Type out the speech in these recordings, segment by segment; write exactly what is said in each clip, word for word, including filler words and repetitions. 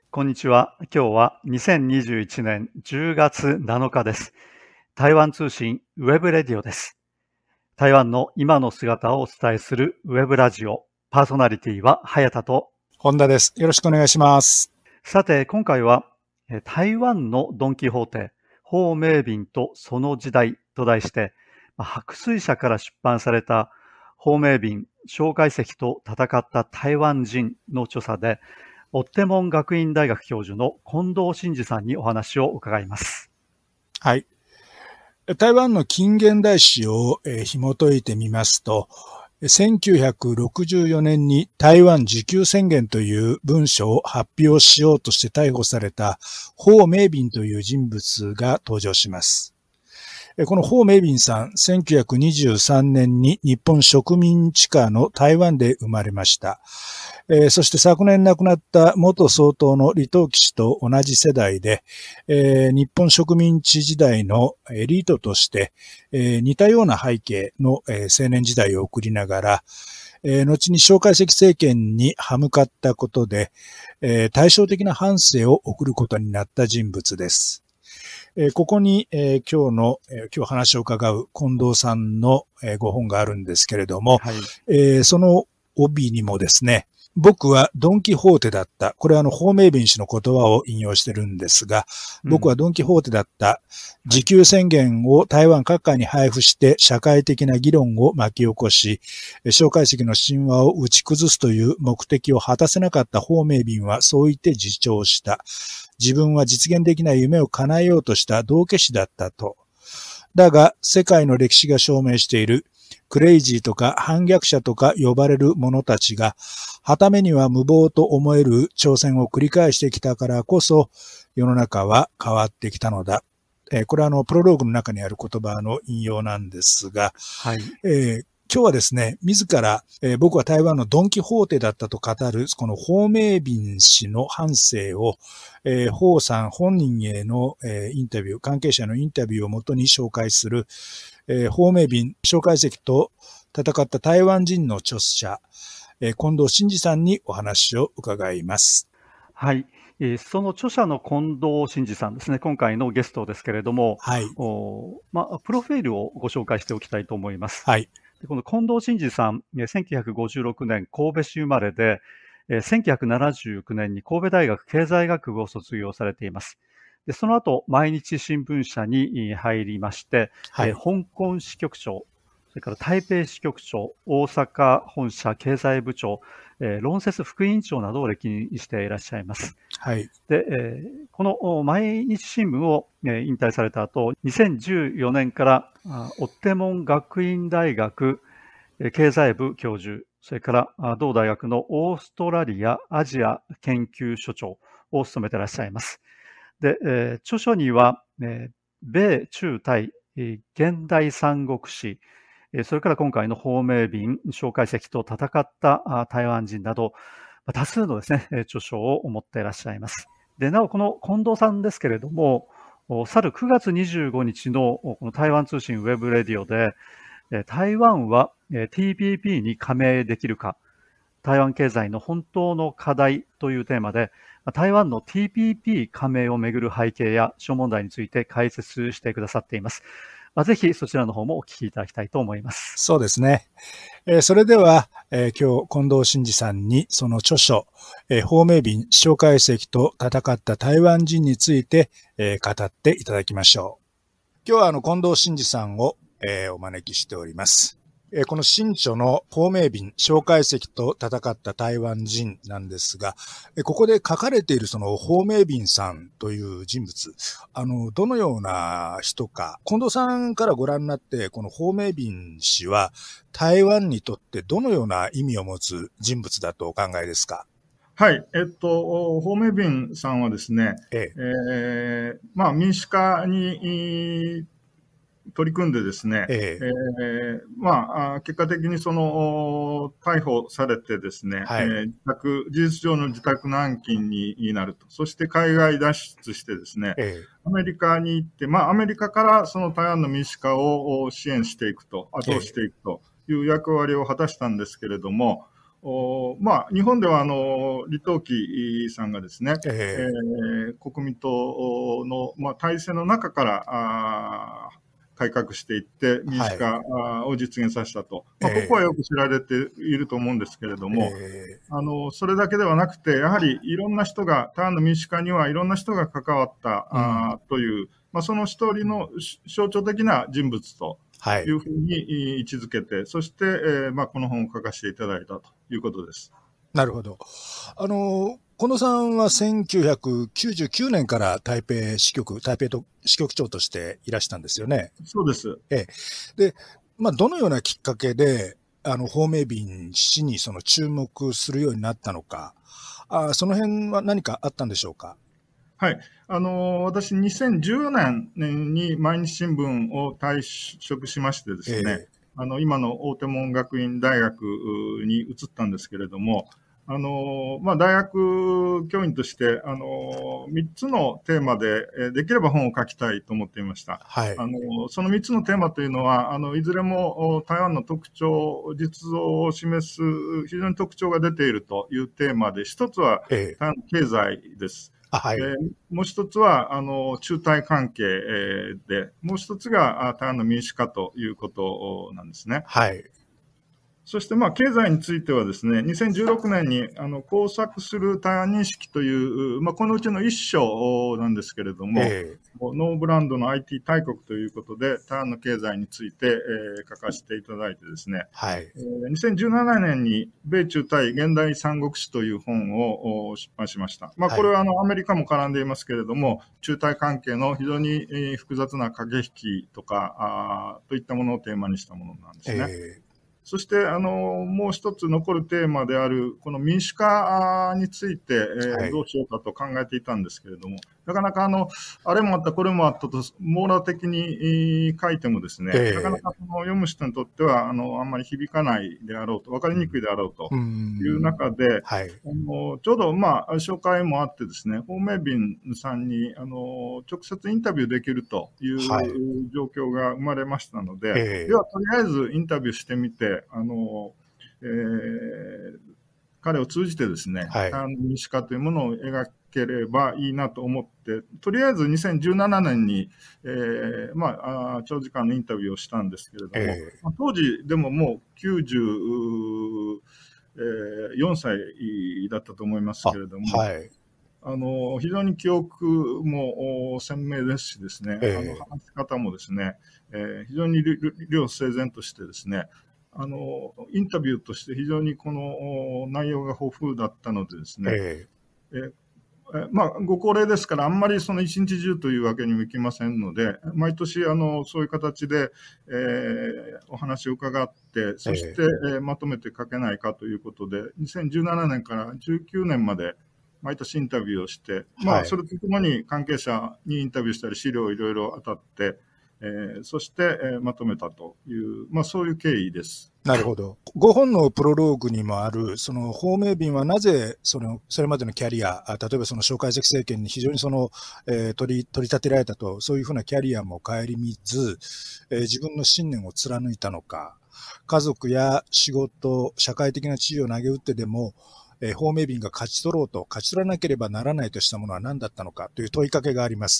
こんにちは。今日はにせんにじゅういちねんじゅうがつなのかです。台湾通信ウェブレディオです。台湾の今の姿をお伝えするウェブラジオ。パーソナリティは早田と本田です。よろしくお願いします。 さて、今回は台湾のドンキホーテ、彭明敏とその時代と題して、白水社から出版された彭明敏、蒋介石と戦った台湾人の著者で、オッテモン学院大学教授の近藤真司さんにお話を伺います。 はい。台湾の近現代史を、えー、紐解いてみますと、せんきゅうひゃくろくじゅうよねんに台湾自給宣言という文書を発表しようとして逮捕された彭明敏という人物が登場します。この彭明敏さん、せんきゅうひゃくにじゅうさんねんに日本植民地下の台湾で生まれました。えー、そして昨年亡くなった元総統の李登輝氏と同じ世代で、えー、日本植民地時代のエリートとして、えー、似たような背景の、えー、青年時代を送りながら、えー、後に蒋介石政権に歯向かったことで、えー、対照的な半生を送ることになった人物です。えー、ここに、えー、今日の、えー、今日話を伺う近藤さんの、えー、ご本があるんですけれども、はい、えー、その帯にもですね、僕はドンキホーテだった。これはあの、彭明敏氏の言葉を引用してるんですが、僕はドンキホーテだった。自給宣言を台湾各界に配布して社会的な議論を巻き起こし、蒋介石の神話を打ち崩すという目的を果たせなかった彭明敏はそう言って自重した。自分は実現できない夢を叶えようとした道化師だったと。だが、世界の歴史が証明しているクレイジーとか反逆者とか呼ばれる者たちが、はためには無謀と思える挑戦を繰り返してきたからこそ、世の中は変わってきたのだ。えー、これはあの、プロローグの中にある言葉の引用なんですが、はい。えー今日はですね、自ら、えー、僕は台湾のドンキホーテだったと語る、この彭明敏氏の半生を、えー、彭さん本人への、えー、インタビュー、関係者のインタビューをもとに紹介する、えー、彭明敏、蒋介石と戦った台湾人の著者、えー、近藤真司さんにお話を伺います。 はい。えー、その著者の近藤真司さんですね、今回のゲストですけれども、はい。おまあ、プロフィールをご紹介しておきたいと思います。はい。この近藤真司さん、せんきゅうひゃくごじゅうろくねん神戸市生まれで、せんきゅうひゃくななじゅうきゅうねんに神戸大学経済学部を卒業されています。でその後、毎日新聞社に入りまして、はい、香港支局長、それから台北支局長、大阪本社経済部長、えー、論説副委員長などを歴任していらっしゃいます。はい、で、えー、この毎日新聞を、えー、引退された後、にせんじゅうよねんからオッテモン学院大学経済部教授、それから同大学のオーストラリアアジア研究所長を務めていらっしゃいます。で、えー、著書には、えー、米中台、えー、現代三国史、それから今回の彭明敏、蒋介石と戦った台湾人など、多数のですね、著書を持っていらっしゃいます。で、なお、この近藤さんですけれども、去るくがつにじゅうごにちのこの台湾通信ウェブレディオで、台湾は ティーピーピー に加盟できるか、台湾経済の本当の課題というテーマで、台湾の ティーピーピー 加盟をめぐる背景や諸問題について解説してくださっています。ぜひそちらの方もお聞きいただきたいと思います。 そうですね。えー、それでは、えー、今日近藤真司さんにその著書、えー、彭明敏、蒋介石と戦った台湾人について、えー、語っていただきましょう。今日はあの近藤真司さんを、えー、お招きしております。この新著の彭明敏、蒋介石と戦った台湾人なんですが、ここで書かれているその彭明敏さんという人物、あの、どのような人か、近藤さんからご覧になって、この彭明敏氏は台湾にとってどのような意味を持つ人物だとお考えですか？ はい。えっと、彭明敏さんはですね、えええー、まあ、民主化に、取り組んでですね、えええー、まあ、結果的にその、逮捕されてですね、はい、えー、自宅、事実上の自宅軟禁になると。そして海外脱出してですね、ええ、アメリカに行って、まあ、アメリカからその台湾の民主化を支援していくと、後押していくという役割を果たしたんですけれども、 おまあ、日本ではあの李登輝さんがですね、えーえー、国民党の、まあ、体制の中からあ改革していって民主化を実現させたと、はい、まあ、ここはよく知られていると思うんですけれども、えー、あのそれだけではなくて、やはりいろんな人が、台湾の民主化にはいろんな人が関わった、うん、あという、まあ、その一人の象徴的な人物というふうに位置づけて、はい、そして、えーまあ、この本を書かせていただいたということです。 なるほど。あの近藤さんはせんきゅうひゃくきゅうじゅうきゅうねんから台北支局、台北と支局長としていらしたんですよね。 そうです。 ええ。で、まあ、どのようなきっかけで、あの、芳名斌氏にその注目するようになったのか、あその辺は何かあったんでしょうか。 はい。あの、私、にせんじゅうよねんに毎日新聞を退職しましてですね、ええ、あの、今の大手門学院大学に移ったんですけれども、あの、まあ、大学教員として、あの、みっつのテーマで、できれば本を書きたいと思っていました。はい。あの、そのみっつのテーマというのは、あの、いずれも台湾の特徴、実像を示す、非常に特徴が出ているというテーマで、一つは台湾の経済です。はい、えー、もう一つは、あの、中台関係で、もう一つが台湾の民主化ということなんですね。はい。そして、まあ、経済についてはですね、にせんじゅうろくねんに、あの、工作する台湾認識という、まあ、このうちの一章なんですけれども、えー、ノーブランドの アイティー 大国ということで、台湾の経済について、えー、書かせていただいてですね、はい。えー、にせんじゅうななねんに、米中対現代三国志という本を出版しました。まあ、これは、あの、アメリカも絡んでいますけれども、中台関係の非常に複雑な駆け引きとか、あといったものをテーマにしたものなんですね。えーそして、あの、もう一つ残るテーマである、この民主化について、えー、どうしようかと考えていたんですけれども、なかなか、あの、あれもあった、これもあったと、網羅的に書いてもですね、えー、なかなかその読む人にとっては、あの、あんまり響かないであろうと、わかりにくいであろうという中で、はい、あのちょうど、まあ、紹介もあってですね、芳名斌さんに、あの、直接インタビューできるという状況が生まれましたので、はい、では、とりあえずインタビューしてみて、あの、えー、彼を通じてですね、はい、民主化というものを描ければいいなと思って、とりあえずにせんじゅうななねんに、えー、まあ、あ長時間のインタビューをしたんですけれども、えーまあ、当時でももうきゅうじゅうよんさいだったと思いますけれども、はい、あの非常に記憶も鮮明ですしですね、えー、あの話し方もですね、えー、非常に両整然としてですね、あのインタビューとして非常にこの内容が豊富だったのでですね、えーえまあ、ご高齢ですから、あんまりその一日中というわけにもいきませんので、毎年あのそういう形で、えー、お話を伺って、そして、えー、まとめて書けないかということで、にせんじゅうななねんからじゅうきゅうねんまで毎年インタビューをして、まあ、それとともに関係者にインタビューしたり、資料をいろいろ当たって、えー、そして、えー、まとめたという、まあ、そういう経緯です。 なるほど。ご本のプロローグにもある、その芳名斌はなぜそのそれまでのキャリア、例えばその蒋介石政権に非常にその、えー、取り取り立てられたと、そういうふうなキャリアも顧みず、えー、自分の信念を貫いたのか、家族や仕事、社会的な地位を投げ打ってでも、えー、芳名斌が勝ち取ろうと、勝ち取らなければならないとしたものは何だったのかという問いかけがあります。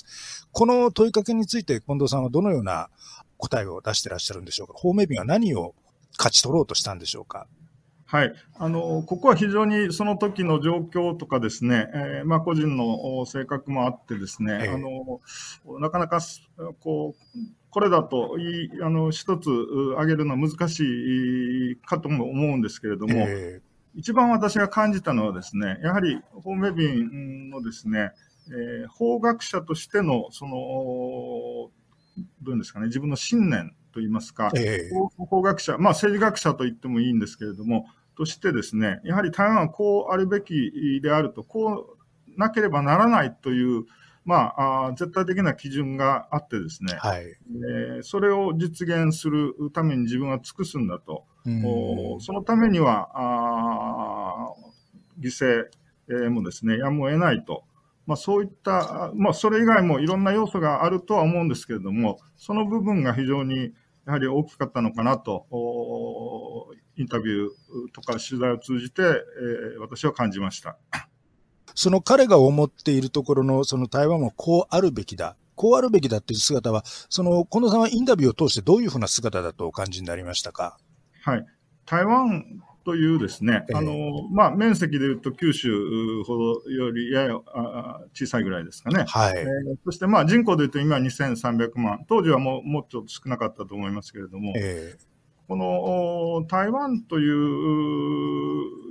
この問いかけについて近藤さんはどのような答えを出してらっしゃるんでしょうか。芳名斌は何を勝ち取ろうとしたんでしょうか。 はい。あの、ここは非常にその時の状況とかですね、えー、まあ個人の性格もあってですね、えー、あの、なかなか、こう、これだといい、あの、一つ挙げるのは難しいかとも思うんですけれども、えー一番私が感じたのはですね、やはり芳名斌のですね、えー、法学者としての、その、どういうんですかね、自分の信念といいますか、えー、法学者、まあ政治学者と言ってもいいんですけれども、としてですね、やはり台湾はこうあるべきであると、こうなければならないという、まあ、あ絶対的な基準があってですね、はいえー、それを実現するために自分は尽くすんだと。そのためには、あ犠牲もですね、やむを得ないと。まあそういった、まあそれ以外もいろんな要素があるとは思うんですけれども、その部分が非常にやはり大きかったのかなと、インタビューとか取材を通じて、えー、私は感じました。 その彼が思っているところの、その台湾はこうあるべきだ、こうあるべきだっていう姿は、その近藤さんはインタビューを通してどういうふうな姿だとお感じになりましたか？ はい。台湾というですね、えー、あの、まあ、面積でいうと九州ほどよりやや小さいぐらいですかね。 はい。 えー、そして、まあ、人口でいうと今にせんさんびゃくまん、当時はもう、もうちょっと少なかったと思いますけれども、えー、この台湾という、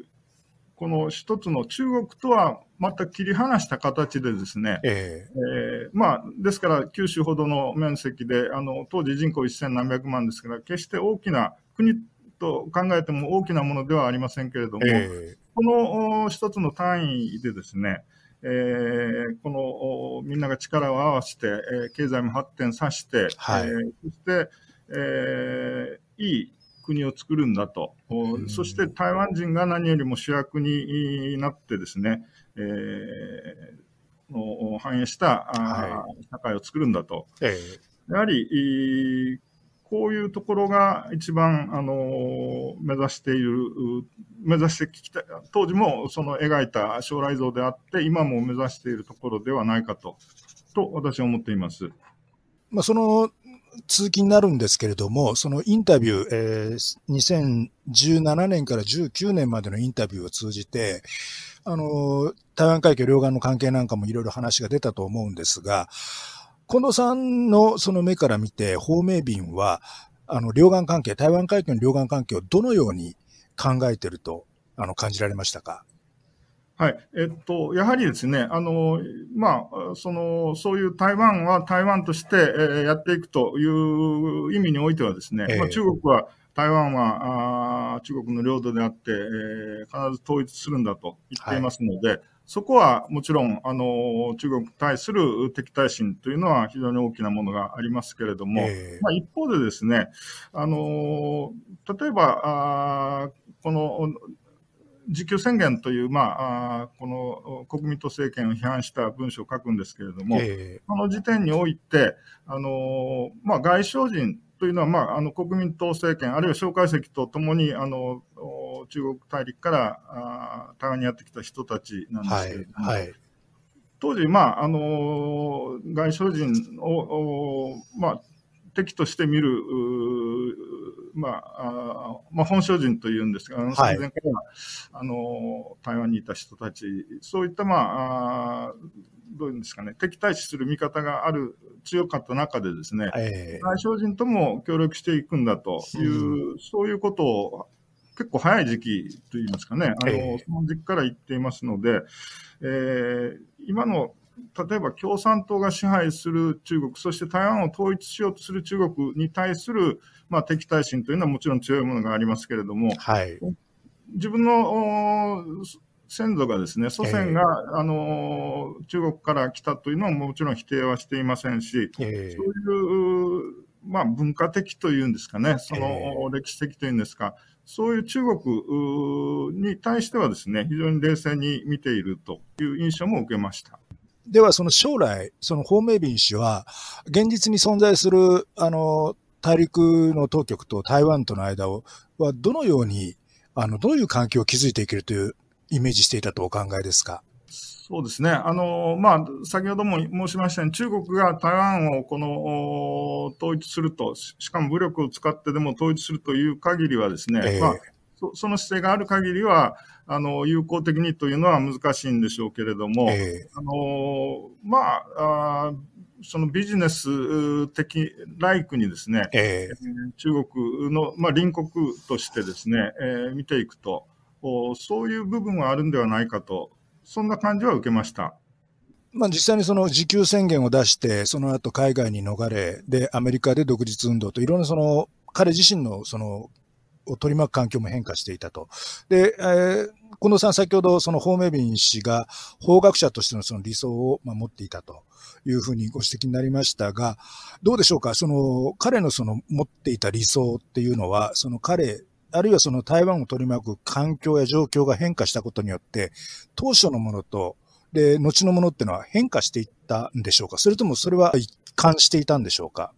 この一つの中国とはまた切り離した形でですね、えーえー、まあ、ですから九州ほどの面積で、あの、当時人口いっせんなんびゃくまんですから、決して大きな国と考えても大きなものではありませんけれども、えー、この一つの単位でですね、えー、このみんなが力を合わせて、えー、経済も発展させて、はい、えー、そして、えー、いい国を作るんだと、うん、そして台湾人が何よりも主役になってですね、えー、の反映した、はい、社会を作るんだと。えー、やはり、こういうところが一番、あの、目指している、目指してきた、当時もその描いた将来像であって、今も目指しているところではないかと、と私は思っています。 まあ、その続きになるんですけれども、そのインタビュー、えー、にせんじゅうななねんからじゅうきゅうねんまでのインタビューを通じて、あの、台湾海峡両岸の関係なんかもいろいろ話が出たと思うんですが、近藤さんのその目から見て、芳名賓は、あの、両岸関係、台湾海峡の両岸関係をどのように考えていると、あの、感じられましたか？ はい。えっと、やはりですね、あの、まあ、その、そういう台湾は台湾として、えー、やっていくという意味においてはですね、えー、まあ、中国は、台湾はあ中国の領土であって、えー、必ず統一するんだと言っていますので、はい、そこはもちろん、あの、中国に対する敵対心というのは非常に大きなものがありますけれども、えー、まあ、一方でですね、あの、例えば、あこの、自給宣言という、まあ、この国民党政権を批判した文章を書くんですけれども、えー、この時点において、あのまあ、外相人というのは、まあ、あの国民党政権、あるいは蒋介石とともにあの中国大陸からあ台湾にやってきた人たちなんですけれども、はいはい、当時、まあ、あの外相人を、まあ、敵として見る、まああまあ、本省人というんですが、戦前から、あの台湾にいた人たち、そういった、まあ、あどういうんですかね、敵対視する見方がある、強かった中でですね、えー、外相人とも協力していくんだという、うん、そういうことを結構早い時期といいますかね、あの、えー、その時期から言っていますので、えー、今の例えば共産党が支配する中国、そして台湾を統一しようとする中国に対する、まあ、敵対心というのはもちろん強いものがありますけれども、はい、自分の先祖がですね、祖先が、えー、あの中国から来たというのはもちろん否定はしていませんし、えー、そういう、まあ、文化的というんですかね、その歴史的というんですか、えー、そういう中国に対してはですね、非常に冷静に見ているという印象も受けました。 では、その将来、その芳名賓氏は、現実に存在する、あの、大陸の当局と台湾との間を、は、どのように、あの、どういう関係を築いていけるというイメージしていたとお考えですか？ そうですね。あの、まあ、先ほども申しましたように、中国が台湾をこの、統一すると、しかも武力を使ってでも統一するという限りはですね、えー、まあ、そ, その姿勢がある限りは、あの、友好的にというのは難しいんでしょうけれども、えー、あの、まあ、あそのビジネス的ライクにですね、えー、中国の、まあ、隣国としてですね、えー、見ていくと、そういう部分はあるんではないかと、そんな感じは受けました。 まあ、実際にその自給宣言を出して、その後海外に逃れ、で、アメリカで独立運動と、いろんなその、彼自身のその、を取り巻く環境も変化していたと。で、えー、近藤さん先ほどその芳名賓氏が法学者としてのその理想を持っていたというふうにご指摘になりましたが、どうでしょうか、その彼のその持っていた理想っていうのは、その彼、あるいはその台湾を取り巻く環境や状況が変化したことによって、当初のものと、で、後のものっていうのは変化していったんでしょうか、それともそれは一貫していたんでしょうか。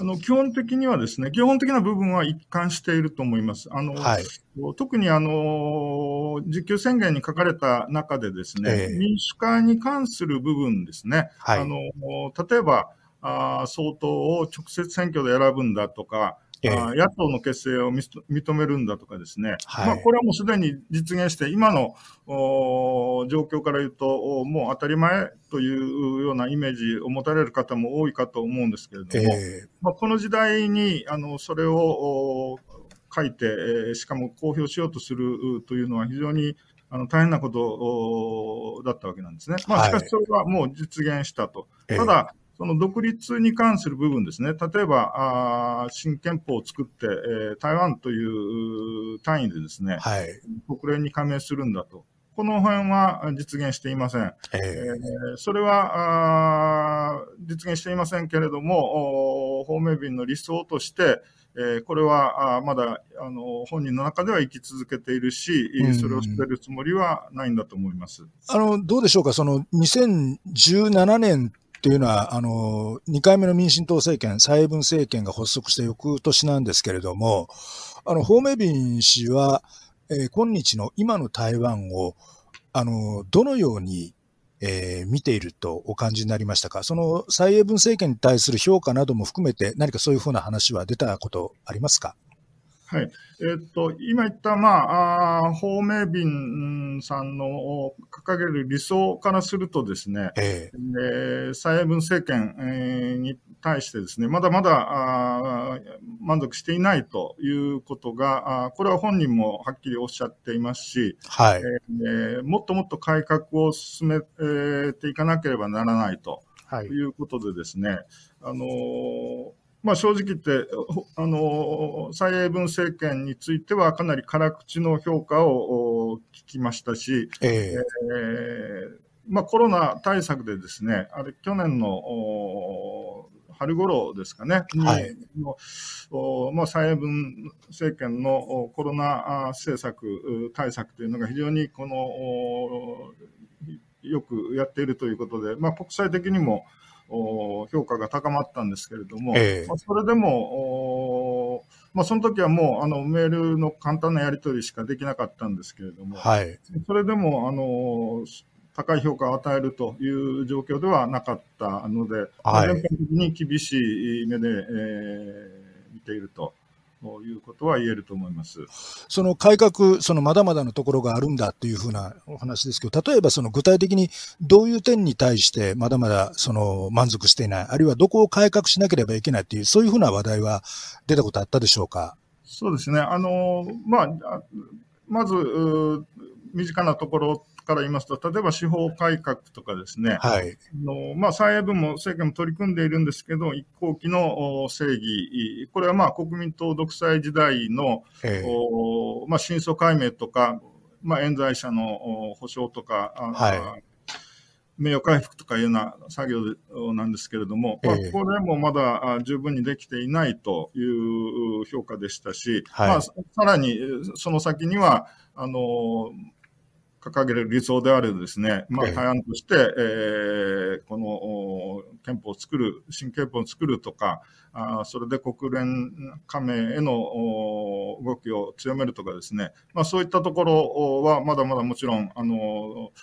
あの基本的にはですね、基本的な部分は一貫していると思います。あのはい、特にあの需給宣言に書かれた中でですね、えー、民主化に関する部分ですね、はい、あの例えばあ総統を直接選挙で選ぶんだとか、えー、野党の結成を認めるんだとかですね、はい、まあ、これはもうすでに実現して、今の状況から言うと、もう当たり前というようなイメージを持たれる方も多いかと思うんですけれども、えーまあ、この時代にあのそれを書いて、しかも公表しようとするというのは非常にあの大変なことだったわけなんですね。まあ、しかしそれはもう実現したと。はい、ただ、その独立に関する部分ですね、例えば、あ新憲法を作って、えー、台湾という単位でですね、はい、国連に加盟するんだと。この辺は実現していません。えーえー、それはあ実現していませんけれども、芳名便の理想として、えー、これはあまだあの本人の中では生き続けているし、それを捨てるつもりはないんだと思います。 あのどうでしょうか、そのにせんじゅうななねんというのは、あの、にかいめの民進党政権、蔡英文政権が発足した翌年なんですけれども、あの、芳名便氏は、えー、今日の今の台湾を、あの、どのように、えー、見ているとお感じになりましたか？その蔡英文政権に対する評価なども含めて、何かそういうふうな話は出たことありますか？ はい。えー、っと、今言った、まあ、芳名便さんの掲げる理想からするとですね、えー、蔡英文政権、えー、に対してですね、まだまだあ満足していないということが、あこれは本人もはっきりおっしゃっていますし、はい、えー、もっともっと改革を進めていかなければならないということでですね、あのーまあ、正直言って、あの、蔡英文政権についてはかなり辛口の評価を聞きましたし、えーえーまあ、コロナ対策でですね、あれ、去年の春頃ですかね、はい、のまあ、蔡英文政権のコロナ政策、対策というのが非常にこのよくやっているということで、まあ、国際的にも評価が高まったんですけれども、えーまあ、それでも、まあ、その時はもうあのメールの簡単なやり取りしかできなかったんですけれども、はい、それでもあの高い評価を与えるという状況ではなかったので、はい、全般的に厳しい目で、えー、見ていると。ということは言えると思います。 その改革、そのまだまだのところがあるんだというふうなお話ですけど、例えばその具体的にどういう点に対してまだまだその満足していない、あるいはどこを改革しなければいけないという、そういうふうな話題は出たことあったでしょうか？ そうですね。あの、まあ、まず、身近なところから言いますと、例えば司法改革とかですね、はい、のまあ、蔡英文も政権も取り組んでいるんですけど、一項期の正義、これはまあ国民党独裁時代の、えーまあ、真相解明とか、まあ、冤罪者の補償とか、はい、名誉回復とかいうような作業なんですけれども、えーまあ、これもまだ十分にできていないという評価でしたし、はい、まあ、さらにその先には、あの、掲げる理想であるですね、まあ、対案として、えー、この憲法を作る、新憲法を作るとか、あそれで国連加盟への動きを強めるとかですね、まあ、そういったところはまだまだもちろん、あの、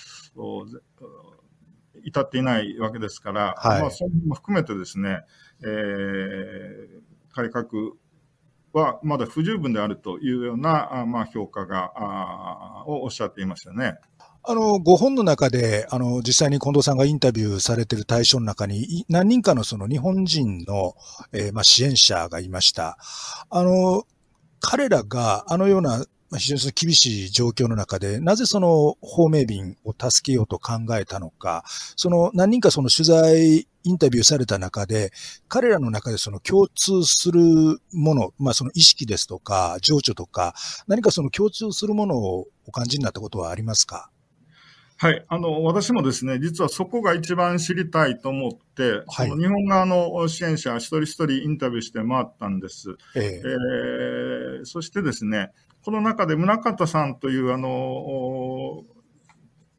至っていないわけですから、はい、まあ、それも含めてですね、えー、改革はまだ不十分であるというような、まあ、評価があをおっしゃっていましたね。 あのご本の中であの実際に近藤さんがインタビューされている対象の中に何人かのその日本人の、えーまあ、支援者がいました。あの彼らがあのような非常に厳しい状況の中で、なぜその芳名便を助けようと考えたのか、その何人かその取材、インタビューされた中で、彼らの中でその共通するもの、まあその意識ですとか、情緒とか、何かその共通するものをお感じになったことはありますか？ はい。あの、私もですね、実はそこが一番知りたいと思って、はい、その日本側の支援者一人一人インタビューして回ったんです。えーえー、そしてですね、この中で宗像さんというあの、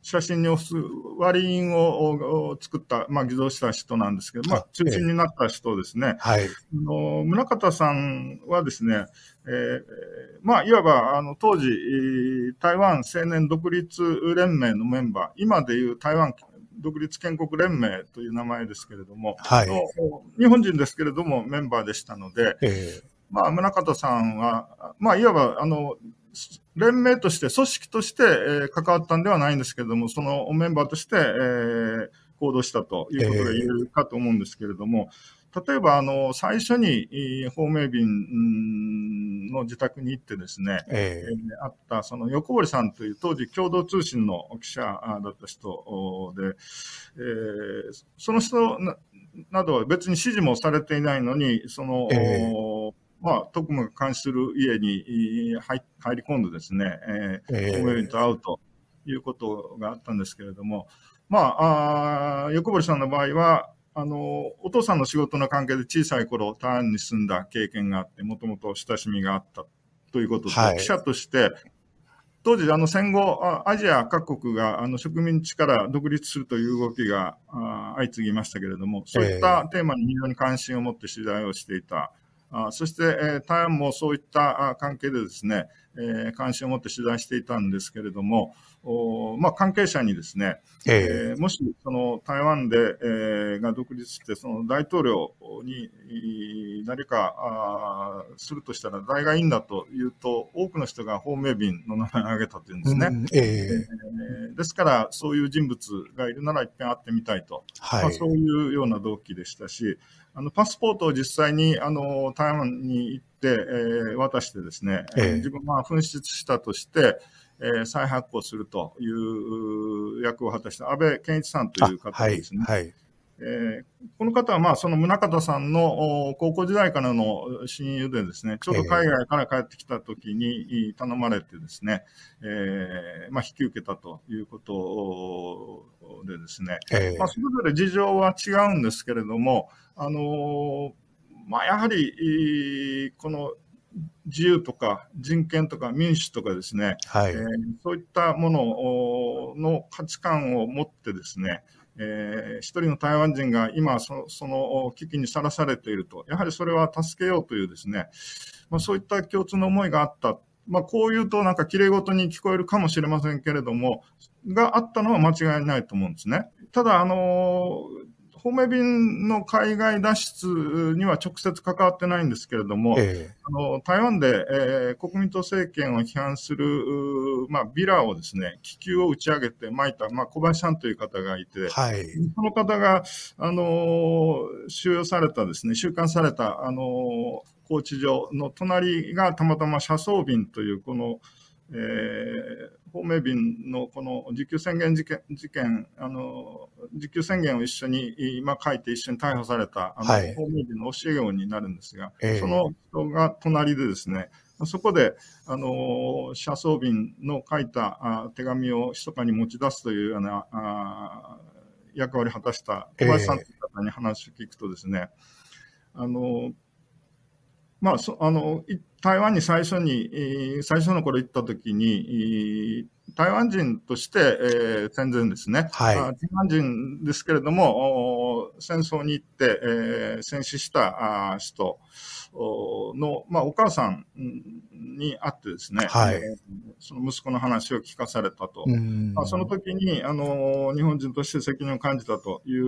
写真に押す割り印を作った、まあ、偽造した人なんですけど、まあ、中心になった人ですね。 はい。 あの宗像さんはですね、えー、まあ、いわば、あの、当時、台湾青年独立連盟のメンバー、今でいう台湾独立建国連盟という名前ですけれども、はい、の日本人ですけれどもメンバーでしたので、えー、まあ、宗像さんは、まあ、いわば、あの、連盟として、組織として、えー、関わったんではないんですけれども、そのメンバーとして、えー、行動したということが言えるかと思うんですけれども、えー、例えば、あの、最初に、芳名便の自宅に行ってですね、えー、えー、あった、その横堀さんという当時共同通信の記者だった人で、えー、その人な、などは別に指示もされていないのに、その、えーまあ、特務が監視する家に入り込んでですね、えー、法名便と会うということがあったんですけれども、まあ、あ横堀さんの場合は、あの、お父さんの仕事の関係で小さい頃、台湾に住んだ経験があって、もともと親しみがあったということで、はい、記者として、当時、あの戦後、アジア各国があの植民地から独立するという動きが相次ぎましたけれども、そういったテーマに非常に関心を持って取材をしていた。あそして、えー、台湾もそういった関係でですね、えー、関心を持って取材していたんですけれども、おまあ、関係者にですね、えーえー、もしその台湾で、えー、が独立してその大統領に何かあするとしたら誰がいいんだというと、多くの人が芳名便の名前を挙げたというんですね。うんえーえー、ですからそういう人物がいるなら一遍会ってみたいと、はいまあ、そういうような動機でしたし、あのパスポートを実際にあの台湾に行って、えー、渡してですね、えー、自分が紛失したとして、えー、再発行するという役を果たした安倍健一さんという方ですね。はいはいえー、この方は、まあ、その宗像さんの高校時代からの親友でですね、ちょうど海外から帰ってきた時に頼まれてですね、えー、まあ、引き受けたということでですね、えーまあ、それぞれ事情は違うんですけれども、あのー、まあ、やはり、この自由とか人権とか民主とかですね、はいえー、そういったものの価値観を持ってですね、えー、一人の台湾人が今そ、その危機にさらされていると、やはりそれは助けようというですね、まあ、そういった共通の思いがあった。まあ、こう言うとなんか綺麗事に聞こえるかもしれませんけれども、があったのは間違いないと思うんですね。ただ、あのー、芳名便の海外脱出には直接関わってないんですけれども、えー、あの台湾で、えー、国民党政権を批判する、まあ、ビラをですね、気球を打ち上げて撒いた、まあ、小林さんという方がいて、はい、その方が、あの収容されたですね、収監された、あの拘置所の隣がたまたま車窓便というこのえー、芳名便のこの受給宣言事件、事件あの受給宣言を一緒に今書いて一緒に逮捕されたあの、はい、芳名便の教え子になるんですが、えー、その人が隣でですね、そこであの車窓便の書いたあ手紙を密かに持ち出すというようなあ役割を果たした小林さんという方に話を聞くとですね、えー、あのまあ、そあの台湾に最初に、最初の頃行ったときに、台湾人として、えー、戦前ですね、はい、台湾人ですけれども、戦争に行って、えー、戦死した人の、まあ、お母さんに会ってですね、はいえー、その息子の話を聞かされたと。まあ、その時にあの日本人として責任を感じたという、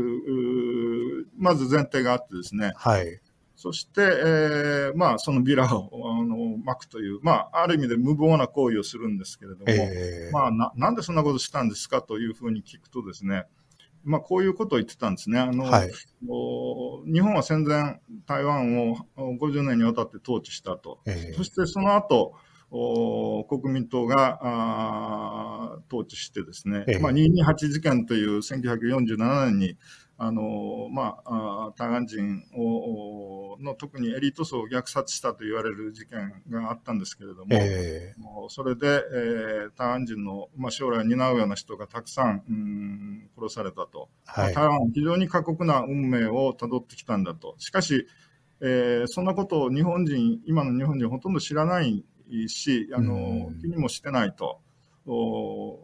まず前提があってですね、はいそして、えー、まあ、そのビラをあの巻くという、まあ、ある意味で無謀な行為をするんですけれども、えー、まあな、なんでそんなことしたんですかというふうに聞くとですね、まあ、こういうことを言ってたんですね。あの、はい、日本は戦前、台湾をごじゅうねんにわたって統治したと。えー、そしてその後、国民党が統治してですね、えーまあ、にーにーはち事件というせんきゅうひゃくよんじゅうななねんにあのまあ、台湾人をの特にエリート層を虐殺したと言われる事件があったんですけれども、えー、もうそれで、えー、台湾人の、まあ、将来を担うような人がたくさん、うん、殺されたと、はいまあ、台湾は非常に過酷な運命をたどってきたんだと。しかし、えー、そんなことを日本人今の日本人はほとんど知らないしあの気にもしてないと。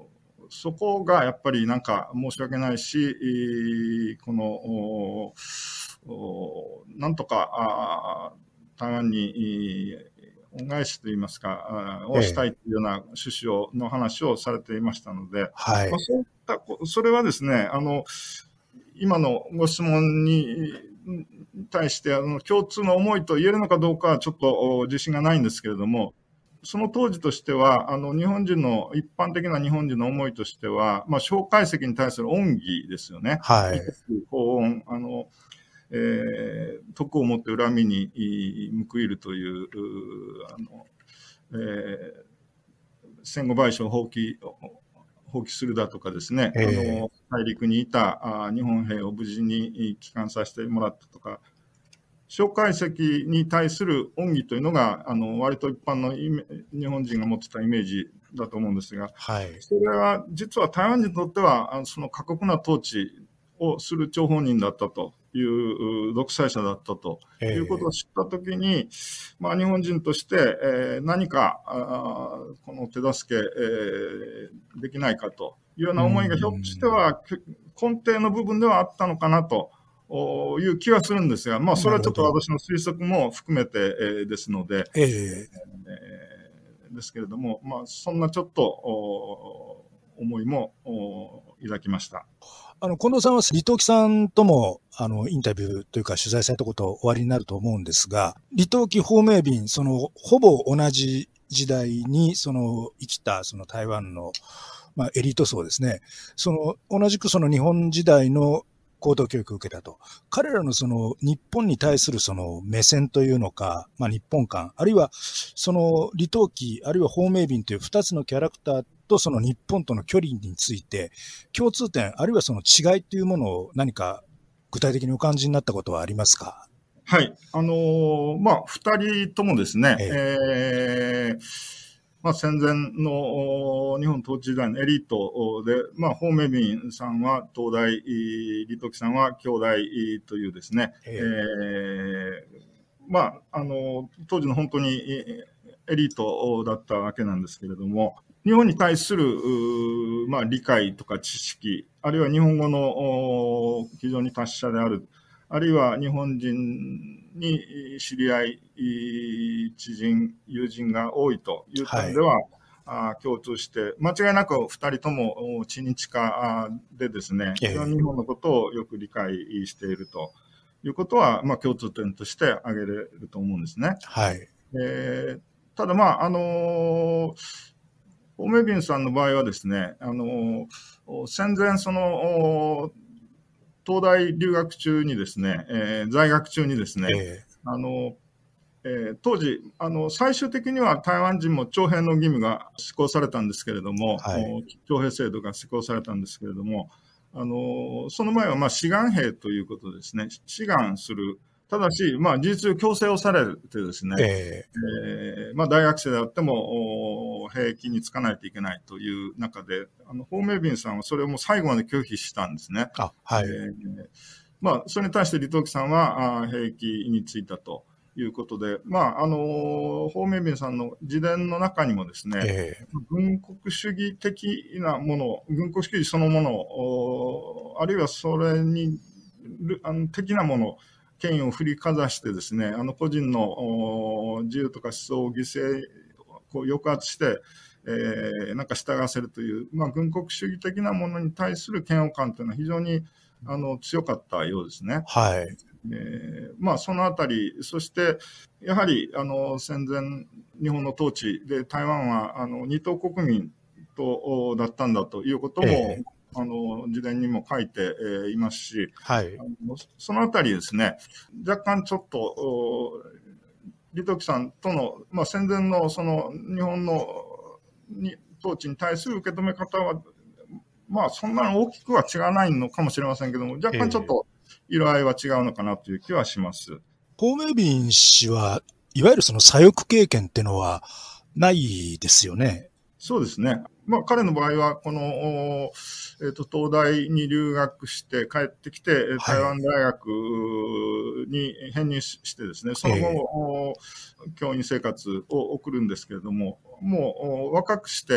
そこがやっぱりなんか申し訳ないし、この、なんとか台湾に恩返しといいますか、をしたいというような趣旨の話をされていましたので、 はい、 まあ、そういったそれはですね、あの今のご質問に対してあの共通の思いと言えるのかどうかはちょっと自信がないんですけれども、その当時としては、あの日本人の、一般的な日本人の思いとしては、まあ、蒋介石に対する恩義ですよね。 はい。 高恩、あの、えー、徳をもって恨みに報いるという、あの、えー、戦後賠償を放棄、放棄するだとかですね、えー、あの大陸にいたあ日本兵を無事に帰還させてもらったとか、蒋介石に対する恩義というのが、あの割と一般の日本人が持ってたイメージだと思うんですが、 はい、 それは実は台湾人にとっては、あのその過酷な統治をする張本人だったという独裁者だったということを知ったときに、えーまあ、日本人として、えー、何かあこの手助け、えー、できないかというような思いがひょっとしては根底の部分ではあったのかなという気はするんですが、まあ、それはちょっと私の推測も含めて、えー、ですので、えーえー、ですけれども、まあ、そんなちょっと思いも抱きました。 あの近藤さんは李登輝さんともあのインタビューというか取材されたことおありになると思うんですが、李登輝、芳名斌、そのほぼ同じ時代にその生きたその台湾の、まあ、エリート層ですね、その同じくその日本時代の高等教育を受けたと。彼らのその日本に対するその目線というのか、まあ日本観、あるいはその李登輝、あるいは芳名斌という二つのキャラクターとその日本との距離について、共通点、あるいはその違いというものを何か具体的にお感じになったことはありますか？ はい。あのー、まあ、二人ともですね、えええーまあ、戦前の日本統治時代のエリートで、まあ、芳名斌さんは東大、李登輝さんは京大というですね、えー、まあ、あの、当時の本当にエリートだったわけなんですけれども、日本に対する、まあ、理解とか知識、あるいは日本語の非常に達者である、あるいは日本人に知り合い、知人、友人が多いという点では、はい、共通して、間違いなく二人とも知日家でですね、非常に日本のことをよく理解しているということは、まあ、共通点として挙げれると思うんですね。 はい。 えー、ただ、まあ、あのー、芳名斌さんの場合はですね、あのー、戦前、その、東大留学中にですね、えー、在学中にですね、えー、あの、えー、当時、あの、最終的には台湾人も徴兵の義務が施行されたんですけれども、はい、徴兵制度が施行されたんですけれども、あの、その前は、まあ、志願兵ということですね、志願する。ただし、まあ、事実上強制をされてですね、えーえー、まあ、大学生であっても、兵役に就かないといけないという中で、あの、芳名斌さんはそれをもう最後まで拒否したんですね。 あ、はい。えー、まあ、それに対して李登輝さんは、あ兵役に就いたということで、まあ、あの、芳名斌さんの自伝の中にもですね、えー、軍国主義的なもの、軍国主義そのもの、あるいはそれに、あの的なもの、権威を振りかざしてですね、あの個人の自由とか思想を犠牲を抑圧して、えー、なんか従わせるという、まあ、軍国主義的なものに対する嫌悪感というのは非常にあの強かったようですね。 はい。 えー、まあそのあたり、そしてやはりあの戦前日本の統治で台湾はあの二等国民とだったんだということも、えーあの自伝にも書いて、えー、いますし、はい、あのそのあたりですね、若干ちょっと李登輝さんとの、まあ、戦前のその日本のに統治に対する受け止め方は、まあ、そんなに大きくは違わないのかもしれませんけども、若干ちょっと色合いは違うのかなという気はします。 芳名斌氏はいわゆるその左翼経験っていうのはないですよね。 そうですね。まあ、彼の場合は、この、えっと、東大に留学して帰ってきて、台湾大学に編入してですね、はい、その後、えー、教員生活を送るんですけれども、もう若くして、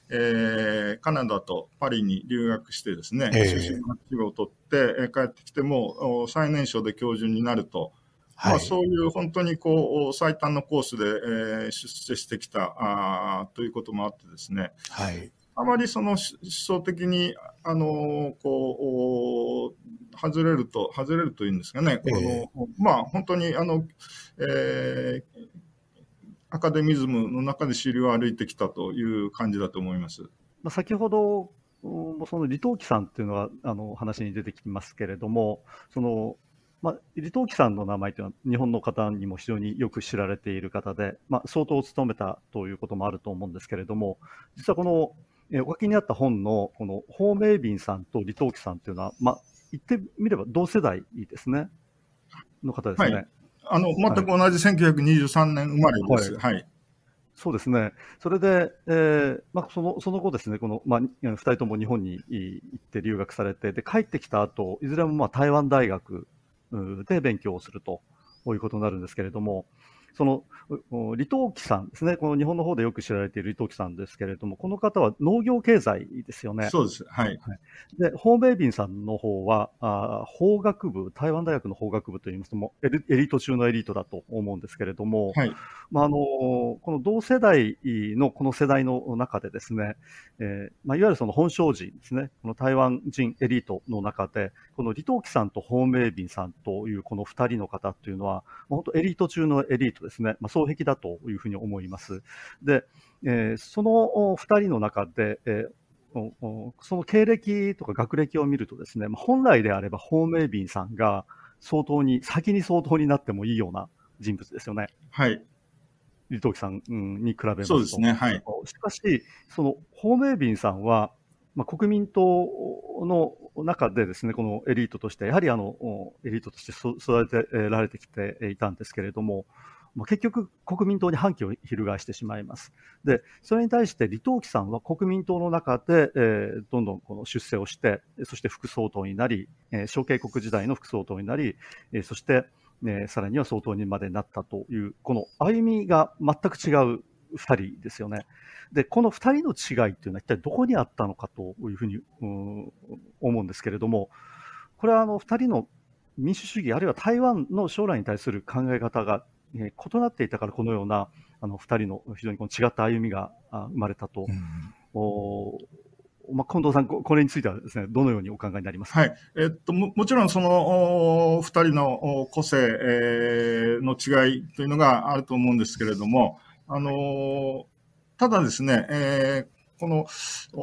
えー、カナダとパリに留学してですね、修士学士号を取って、えー、帰ってきても最年少で教授になると、はい、まあ、そういう本当にこう最短のコースで、えー、出世してきたあということもあってですね、はい、あまりその思想的にあのこう外れると外れるというんですかね、えー、このまあ本当にあの、えー、アカデミズムの中で主流を歩いてきたという感じだと思います。 まあ、先ほどその李登輝さんっていうのはあの話に出てきますけれども、そのまあ、李登輝さんの名前というのは日本の方にも非常によく知られている方で、まあ、相当務めたということもあると思うんですけれども、実はこのえお書きにあった本のこのホウ・メイビンさんと李登輝さんというのは、まあ、言ってみれば同世代ですね、の方ですね。 はい、あの全く同じせんきゅうひゃくにじゅうさんねん生まれです。はい、はい、 そうですね。それで、えーまあ、そのその後ですね、この、まあ、ふたりとも日本に行って留学されて、で帰ってきた後、いずれもまあ台湾大学で勉強をするということになるんですけれども、その李登輝さんですね、この日本の方でよく知られている李登輝さんですけれども、この方は農業経済ですよね。 そうです。はい。 で、ホウ・メイビンさんの方は、あ法学部、台湾大学の法学部といいますともエリ、エリート中のエリートだと思うんですけれども、はい、まあ、あのこの同世代のこの世代の中でですね、えーまあ、いわゆるその本省人ですね、この台湾人エリートの中で、この李登輝さんとホウ・メイビンさんというこのふたりの方というのは、本当エリート中のエリートですね、まあ、双璧だというふうに思います。で、えー、そのふたりの中で、えーその経歴とか学歴を見るとですね、本来であればホウ・メイビンさんが相当に、先に相当になってもいいような人物ですよね。 はい。 李登輝さんに比べますと。 そうですね。はい。 しかし、そのホウ・メイビンさんは、まあ、国民党の中でですね、このエリートとして、やはりあのエリートとして育てられてきていたんですけれども、結局、国民党に反旗を翻してしまいます。で、それに対して李登輝さんは国民党の中で、えー、どんどんこの出世をして、そして副総統になり、えー、小渓谷時代の副総統になり、えー、そして、えー、さらには総統にまでなったという、この歩みが全く違うふたりですよね。で、このふたりの違いというのは一体どこにあったのかというふうに、うん、思うんですけれども、これはあのふたりの民主主義、あるいは台湾の将来に対する考え方が異なっていたから、このようなあのふたりの非常にこの違った歩みが生まれたと、うん、おまあ、近藤さん、これについてはですね、どのようにお考えになりますか。 はい、えっと、も, もちろんそのふたりの個性、えー、の違いというのがあると思うんですけれども、あのただですね、えー、この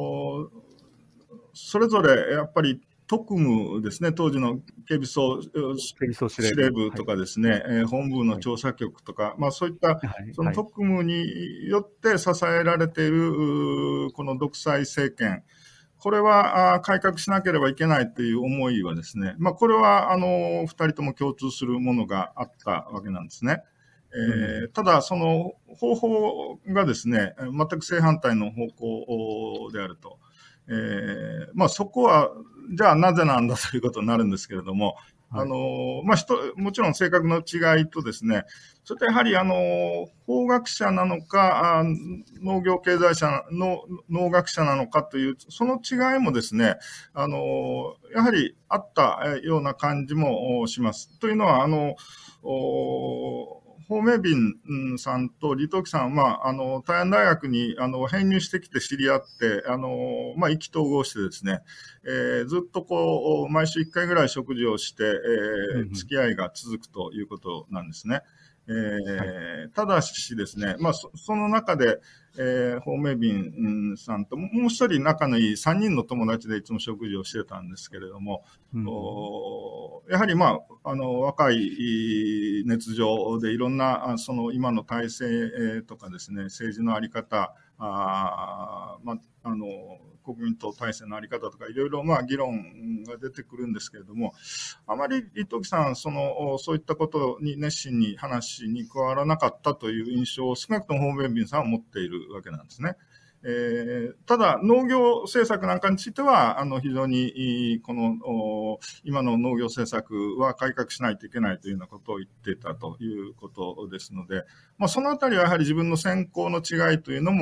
それぞれやっぱり特務ですね、当時の警備総司令部とかですね、はい、えー、本部の調査局とか、はい、まあ、そういったその特務によって支えられているこの独裁政権、これは改革しなければいけないという思いはですね、まあ、これはあのふたりとも共通するものがあったわけなんですね。えー、ただ、その方法がですね、全く正反対の方向であると。えー、まあそこは、じゃあなぜなんだということになるんですけれども、はい、あの、まあ人、もちろん性格の違いとですね、それとやはりあの、法学者なのか、農業経済者の、農学者なのかという、その違いもですね、あの、やはりあったような感じもします。というのは、あの、ホウ・メイビンさんと李登輝さんは、あの、台湾大学に、あの、編入してきて知り合って、あの、まあ、意気投合してですね、えー、ずっとこう、毎週いっかいぐらい食事をして、えー、付き合いが続くということなんですね。えーはい、ただしですね、まあ、そ, その中で、えー、ホウ・メイビンさんともう一人仲のいいさんにんの友達でいつも食事をしてたんですけれども、うん、やはり、まあ、あの若い熱情でいろんなその今の体制とかですね、政治の在り方、あまあ、あの国民党体制の在り方とかいろいろまあ議論が出てくるんですけれども、あまり李登輝さんそのそういったことに熱心に話に加わらなかったという印象を少なくともホウ・メイビンさんは持っているわけなんですね。えー、ただ農業政策なんかについてはあの非常にこの今の農業政策は改革しないといけないというようなことを言っていたということですので、まあ、そのあたりはやはり自分の選考の違いというのも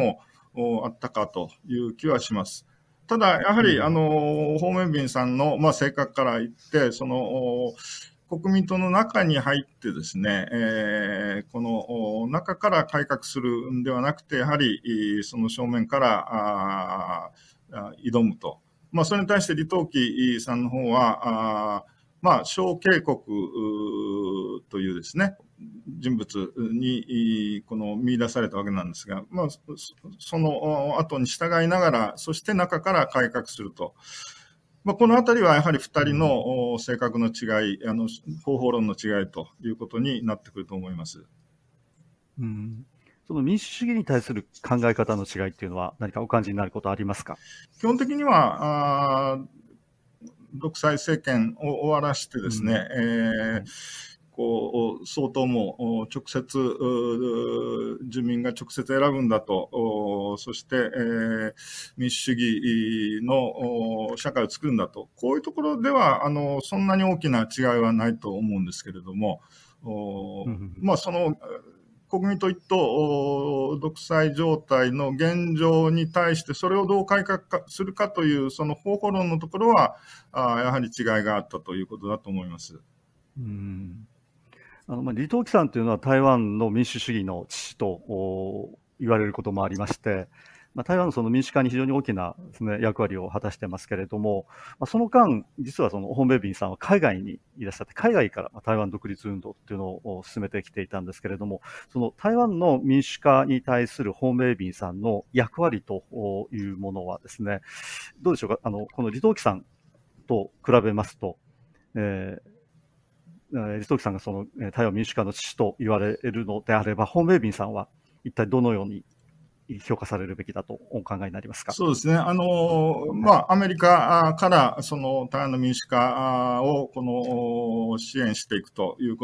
あったかという気はします。ただ、やはり、あの、ホーメンビンさんの、まあ、性格から言って、その、国民党の中に入ってですね、えー、この中から改革するんではなくて、やはり、その正面からあ挑むと。まあ、それに対して李登輝さんの方は、あまあ、小警国というですね、人物にこの見出されたわけなんですが、まあ、その後に従いながら、そして中から改革すると。まあ、このあたりはやはり二人の性格の違い、あの方法論の違いということになってくると思います。 うん、その民主主義に対する考え方の違いっていうのは何かお感じになることありますか？ 基本的には、あ独裁政権を終わらしてですね、うん、えーこう総統も直接、住民が直接選ぶんだと、そして、えー、民主主義の社会を作るんだと、こういうところではあのそんなに大きな違いはないと思うんですけれども、うん、まあその国民党一党独裁状態の現状に対してそれをどう改革するかというその方法論のところはあやはり違いがあったということだと思います。 うんあのまあ、李登輝さんというのは台湾の民主主義の父と言われることもありまして、まあ、台湾のその民主化に非常に大きなですね、役割を果たしてますけれども、まあ、その間、実はそのホーメイビンさんは海外にいらっしゃって、海外から台湾独立運動っていうのを進めてきていたんですけれども、その台湾の民主化に対するホーメイビンさんの役割というものはですね、どうでしょうか、あのこの李登輝さんと比べますと、えー李登輝さんがその台湾民主化の父と言われるのであれば、ホーメイビンさんは一体どのように評価されるべきだとお考えになりますか？ そうですね。あの、まあ、アメリカからその台湾の民主化をこの支援していくということ、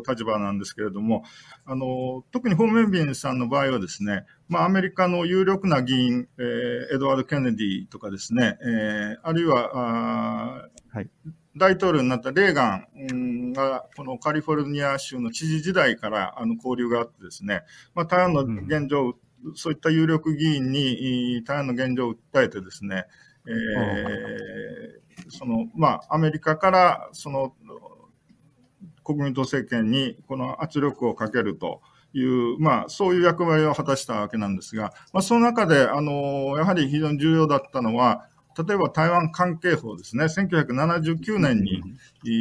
立場なんですけれども、あの、特にホーメイビンさんの場合はですね、まあ、アメリカの有力な議員、えー、エドワード・ケネディとかですね、えー、あるいは、あはい大統領になったレーガンが、このカリフォルニア州の知事時代からあの交流があってですね、まあ、台湾の現状、うん、そういった有力議員に台湾の現状を訴えてですね、えー、その、まあ、アメリカから、その、国民党政権にこの圧力をかけるという、まあ、そういう役割を果たしたわけなんですが、まあ、その中で、あの、やはり非常に重要だったのは、例えば台湾関係法ですね、せんきゅうひゃくななじゅうきゅうねんに、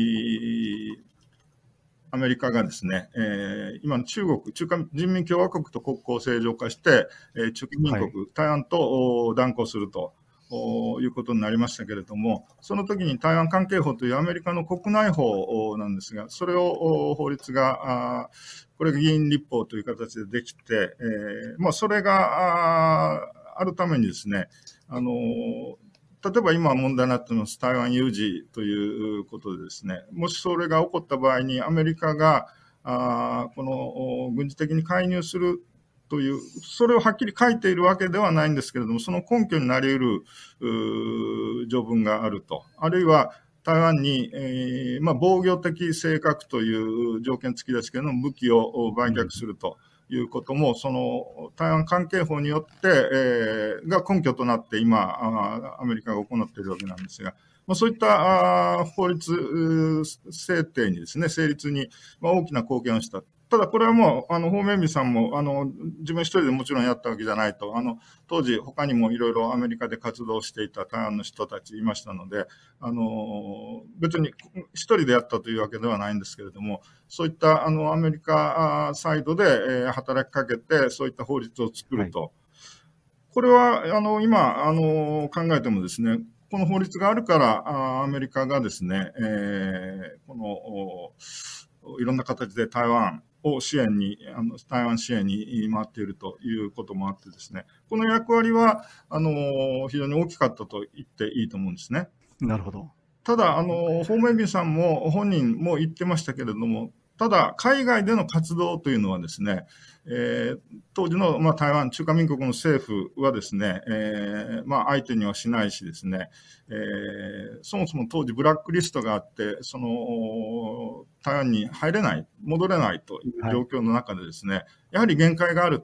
アメリカがですね、えー、今の中国、中華人民共和国と国交を正常化して、えー、中華民国、はい、台湾と断交するということになりましたけれども、その時に台湾関係法というアメリカの国内法なんですが、それを法律が、あこれが議員立法という形でできて、えーまあ、それが あ, あるためにですね、あの例えば今問題になっています台湾有事ということでですね、もしそれが起こった場合にアメリカがあこの軍事的に介入するという、それをはっきり書いているわけではないんですけれども、その根拠になり得る条文があると。あるいは台湾に、えーまあ、防御的性格という条件付きですけれども、武器を売却すると。いうことも、その台湾関係法によって、えー、が根拠となって今、アメリカが行っているわけなんですが、まあ、そういった法律制定にですね、成立に大きな貢献をした。ただこれはもう、あの、ホーメイビンさんも、あの、自分一人でもちろんやったわけじゃないと、あの、当時他にもいろいろアメリカで活動していた台湾の人たちいましたので、あの、別に一人でやったというわけではないんですけれども、そういった、あの、アメリカサイドで、えー、働きかけて、そういった法律を作ると。はい、これは、あの、今、あの、考えてもですね、この法律があるから、アメリカがですね、えー、この、いろんな形で台湾を支援に、あの、台湾支援に回っているということもあってですね、この役割は、あの、非常に大きかったと言っていいと思うんですね。 なるほど。 ただ、あの、ホーメイビンさんも本人も言ってましたけれども、ただ、海外での活動というのはですね、えー、当時の、まあ、台湾、中華民国の政府はですね、えー、まあ、相手にはしないしですね、えー、そもそも当時ブラックリストがあって、その、台湾に入れない、戻れないという状況の中でですね、はい、やはり限界があると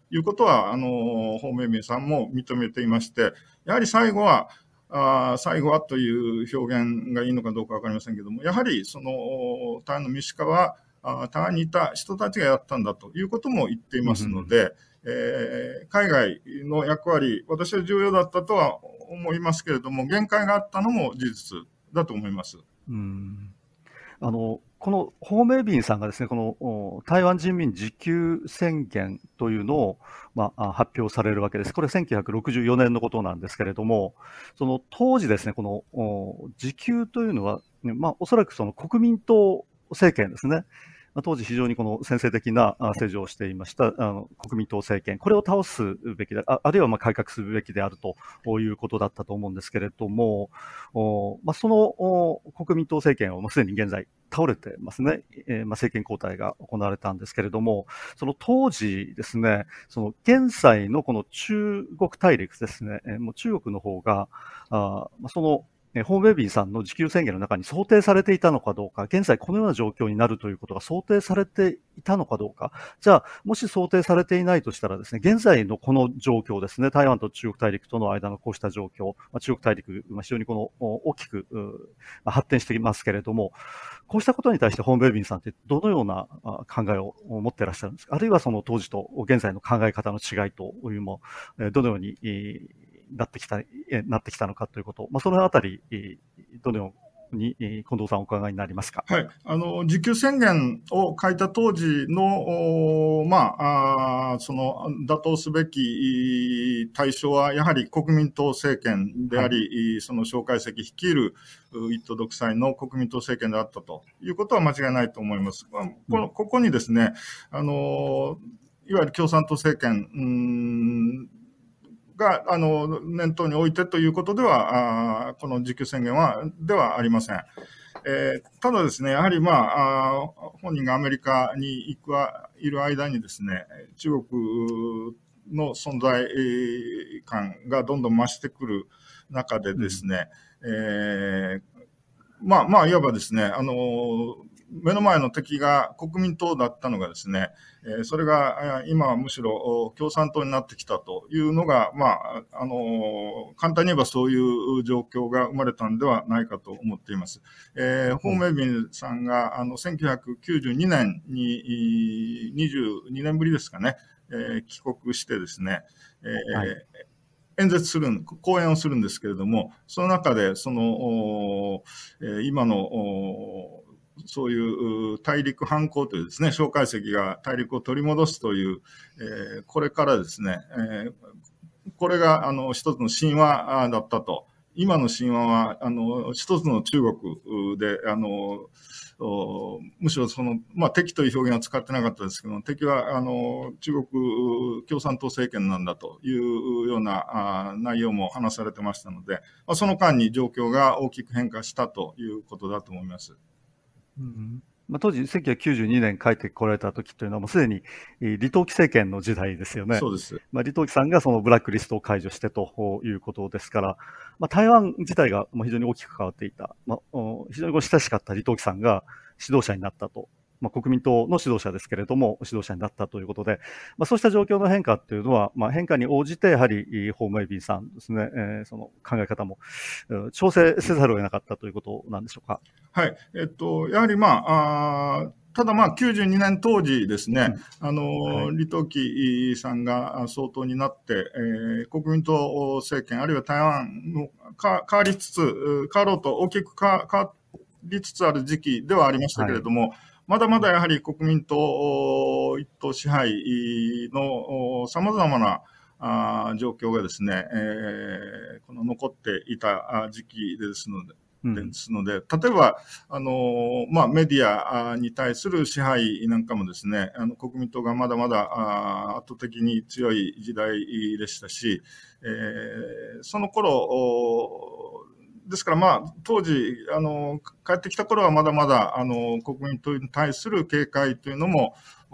いうことは、あの、ホウ・メイビンさんも認めていまして、やはり最後は、あ最後はという表現がいいのかどうかわかりませんけども、やはりその台湾の民主化は台湾にいた人たちがやったんだということも言っていますので、うん、えー、海外の役割、私は重要だったとは思いますけれども、限界があったのも事実だと思います。 うん、あのこのホウ・メイビンさんがですね、この台湾人民自給宣言というのを、まあ、発表されるわけです。これせんきゅうひゃくろくじゅうよねんのことなんですけれども、その当時ですね、この自給というのは、まあ、おそらくその国民党政権ですね。当時非常にこの先制的な政治をしていましたあの国民党政権、これを倒すべきで、あ, あるいはまあ改革するべきであるということだったと思うんですけれども、まあ、その国民党政権はもうすでに現在倒れてますね、えー、まあ政権交代が行われたんですけれども、その当時ですね、その現在のこの中国大陸ですね、もう中国の方が、あそのホウ・メイビンさんの自給宣言の中に想定されていたのかどうか、現在このような状況になるということが想定されていたのかどうか、じゃあ、もし想定されていないとしたらですね、現在のこの状況ですね、台湾と中国大陸との間のこうした状況、まあ、中国大陸、まあ、非常にこの大きく、まあ、発展していますけれども、こうしたことに対してホウ・メイビンさんってどのような考えを持っていらっしゃるんですか、あるいはその当時と現在の考え方の違いというのも、どのようになってきた、なってきたのかということ、まあ、そのあたり、どのように近藤さんお考えになりますか。 はい。あの、自給宣言を書いた当時の、まあ、あその、打倒すべき対象は、やはり国民党政権であり、はい、その蒋介石率いる一党独裁の国民党政権であったということは間違いないと思います。この、ここにですね、あの、いわゆる共産党政権、うんが、あの、念頭に置いてということでは、あこの自給宣言は、ではありません。えー、ただですね、やはりまあ、あ本人がアメリカに行く、いる間にですね、中国の存在感がどんどん増してくる中でですね、うん、えー、まあまあ、いわばですね、あの、目の前の敵が国民党だったのがですね、それが今はむしろ共産党になってきたというのが、まあ、あの、簡単に言えばそういう状況が生まれたんではないかと思っています。えー、ホウ・メイビンさんがあのせんきゅうひゃくきゅうじゅうにねんににじゅうにねんぶりですかね、えー、帰国してですね、えーはい、演説する、講演をするんですけれども、その中で、その、今の、そういう大陸反攻というですね、蒋介石が大陸を取り戻すという、えー、これからですね、えー、これがあの一つの神話だったと。今の神話はあの一つの中国で、あのむしろその、まあ、敵という表現は使ってなかったですけど、敵はあの中国共産党政権なんだというような内容も話されてましたので、まあ、その間に状況が大きく変化したということだと思います。 うんまあ、当時せんきゅうひゃくきゅうじゅうにねん帰ってこられた時というのはもうすでに李登輝政権の時代ですよね。 そうです。 まあ、李登輝さんがそのブラックリストを解除してということですから、まあ、台湾自体が非常に大きく変わっていた、まあ、非常に親しかった李登輝さんが指導者になったと。まあ、国民党の指導者ですけれども、指導者になったということで、まあ、そうした状況の変化というのは、まあ、変化に応じて、やはり、ホウ・メイビンさんですね、えー、その考え方も、調整せざるを得なかったということなんでしょうか。 はい。えっと、やはり、まあ、あただまあ、きゅうじゅうにねん当時ですね、うん、あの、はい、李登輝さんが総統になって、えー、国民党政権、あるいは台湾の変わりつつ、変わろうと大きく変わりつつある時期ではありましたけれども、はい、まだまだやはり国民党一党支配の様々なあ状況がですね、えー、この残っていた時期ですので、ですので、例えば、あの、まあ、メディアに対する支配なんかもですね、あの、国民党がまだまだ圧倒的に強い時代でしたし、えー、その頃、ですからまあ、当時、あの、帰ってきた頃はまだまだ、あの、国民党に対する警戒というのも、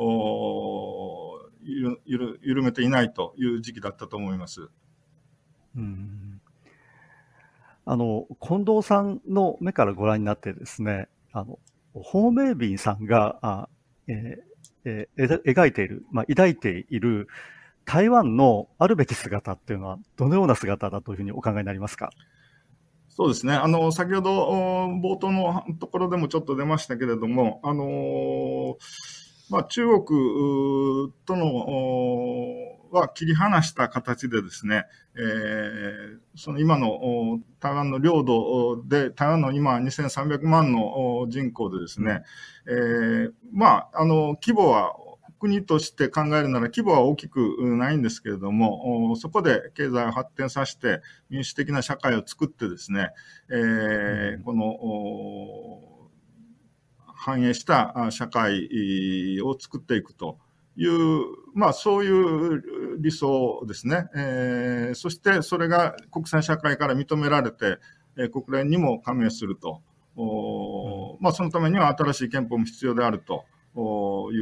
ゆる、ゆる、緩めていないという時期だったと思います。 うんあの、近藤さんの目からご覧になってですね、あの、ホウ・メイビンさんが、あえーえー、描いている、まあ、抱いている台湾のあるべき姿っていうのは、どのような姿だというふうにお考えになりますか？ そうですね。あの、先ほど、冒頭のところでもちょっと出ましたけれども、あの、まあ、中国との、は切り離した形でですね、えー、その今の台湾の領土で、台湾の今にせんさんびゃくまんの人口でですね、えー、まあ、あの、規模は、国として考えるなら規模は大きくないんですけれども、そこで経済を発展させて民主的な社会を作ってですね、えー、この繁栄した社会を作っていくという、まあそういう理想ですね。えー、そしてそれが国際社会から認められて、国連にも加盟すると。まあそのためには新しい憲法も必要であると。いう、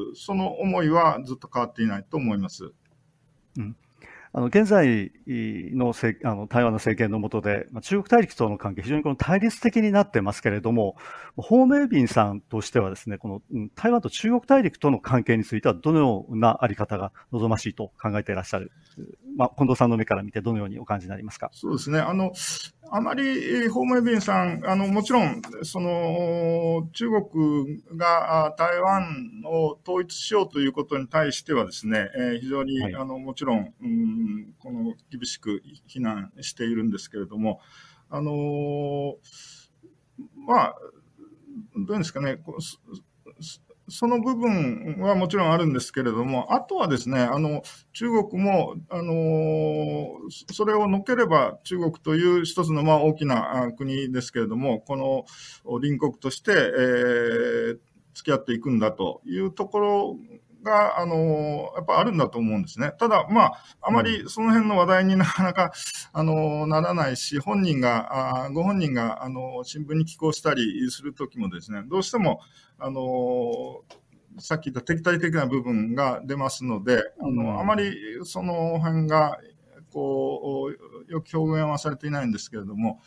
その思いはずっと変わっていないと思います。 うん、あの現在のせあの台湾の政権の下で、まあ、中国大陸との関係、非常にこの対立的になってますけれども、ホウ・メイビンさんとしてはですね、この台湾と中国大陸との関係については、どのようなあり方が望ましいと考えていらっしゃる、まあ、近藤さんの目から見て、どのようにお感じになりますか？ そうですね。あの、あまり、ホウ・メイビンさん、あの、もちろん、その、中国が台湾を統一しようということに対してはですね、えー、非常に、はい、あの、もちろん、うん、この、厳しく非難しているんですけれども、あの、まあ、どうですかね、その部分はもちろんあるんですけれども、あとはですね、あの、中国も、あの、それをのければ中国という一つのまあ大きな国ですけれども、この隣国として、えー、付き合っていくんだというところが、あの、やっぱあるんだと思うんですね。ただ、まあ、あまりその辺の話題になかなか、あの、ならないし、本人が、あご本人が、あの、新聞に寄稿したりするときもですね、どうしても、あの、さっき言った敵対的な部分が出ますので、あの、あまりその辺が、こう、よく表現はされていないんですけれども、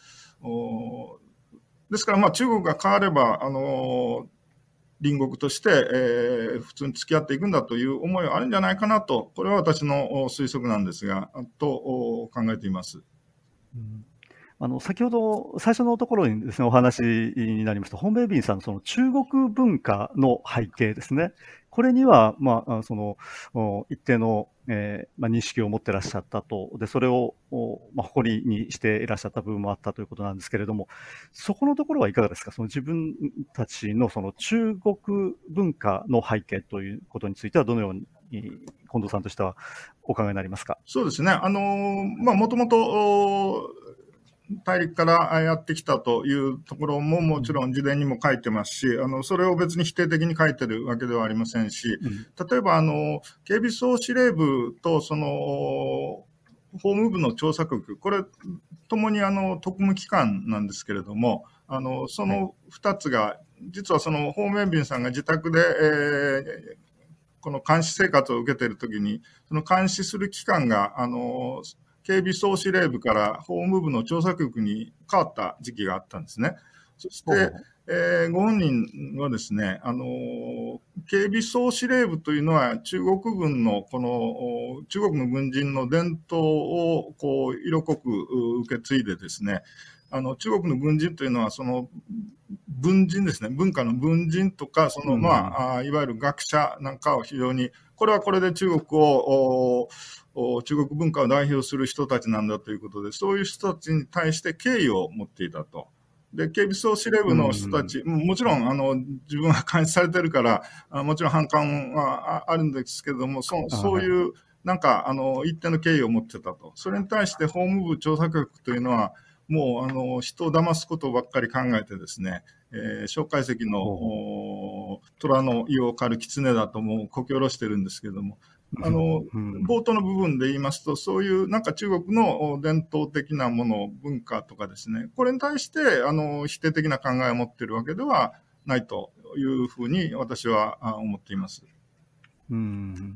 ですから、まあ、中国が変われば、あの、隣国として、えー、普通に付き合っていくんだという思いはあるんじゃないかなと、これは私の推測なんですが、と考えています。 うん、あの先ほど最初のところにですね、お話になりました、ホウ・メイビンさんのその中国文化の背景ですね。これには、まあ、その一定の、えーまあ、認識を持っていらっしゃったと、でそれを、まあ、誇りにしていらっしゃった部分もあったということなんですけれども、そこのところはいかがですか？その自分たちのその中国文化の背景ということについては、どのように近藤さんとしてはお考えになりますか？ そうですね。あの、まあ、もともと、大陸からやってきたというところももちろん自伝にも書いてますし、あの、それを別に否定的に書いてるわけではありませんし、例えば、あの、警備総司令部と、その、法務部の調査局、これ、ともにあの、特務機関なんですけれども、あの、その二つが、実はその、ホウ・メイビンさんが自宅で、えー、この監視生活を受けているときに、その監視する機関が、あの、警備総司令部から法務部の調査局に変わった時期があったんですね。そして、えー、ご本人はですね、あの、警備総司令部というのは中国軍のこの、中国の軍人の伝統をこう色濃く受け継いでですね、あの、中国の軍人というのはその、文人ですね、文化の文人とか、その、まあ、いわゆる学者なんかを非常に、これはこれで中国を、中国文化を代表する人たちなんだということで、そういう人たちに対して敬意を持っていたと。で、警備総司令部の人たち、うん、もちろん、あの、自分は監視されてるから、もちろん反感はあるんですけれども、そそういう、なんか、あの、一定の敬意を持ってたと。それに対して法務部調査局というのは、もう、あの、人を騙すことばっかり考えてですね、えー、蒋介石の虎の意を狩る狐だともうこき下ろしてるんですけれども、あの、冒頭の部分で言いますと、そういうなんか中国の伝統的なもの、文化とかですね、これに対して、あの、否定的な考えを持っているわけではないというふうに私は思っています。 うん。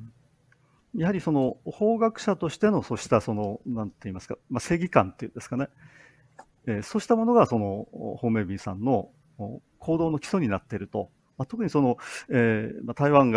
やはりその法学者としてのそうしたそのなんて言いますか、まあ、正義感っていうんですかね、えー、そうしたものがそのホウ・メイビンさんの行動の基礎になっていると、まあ、特にその、えーまあ、台湾が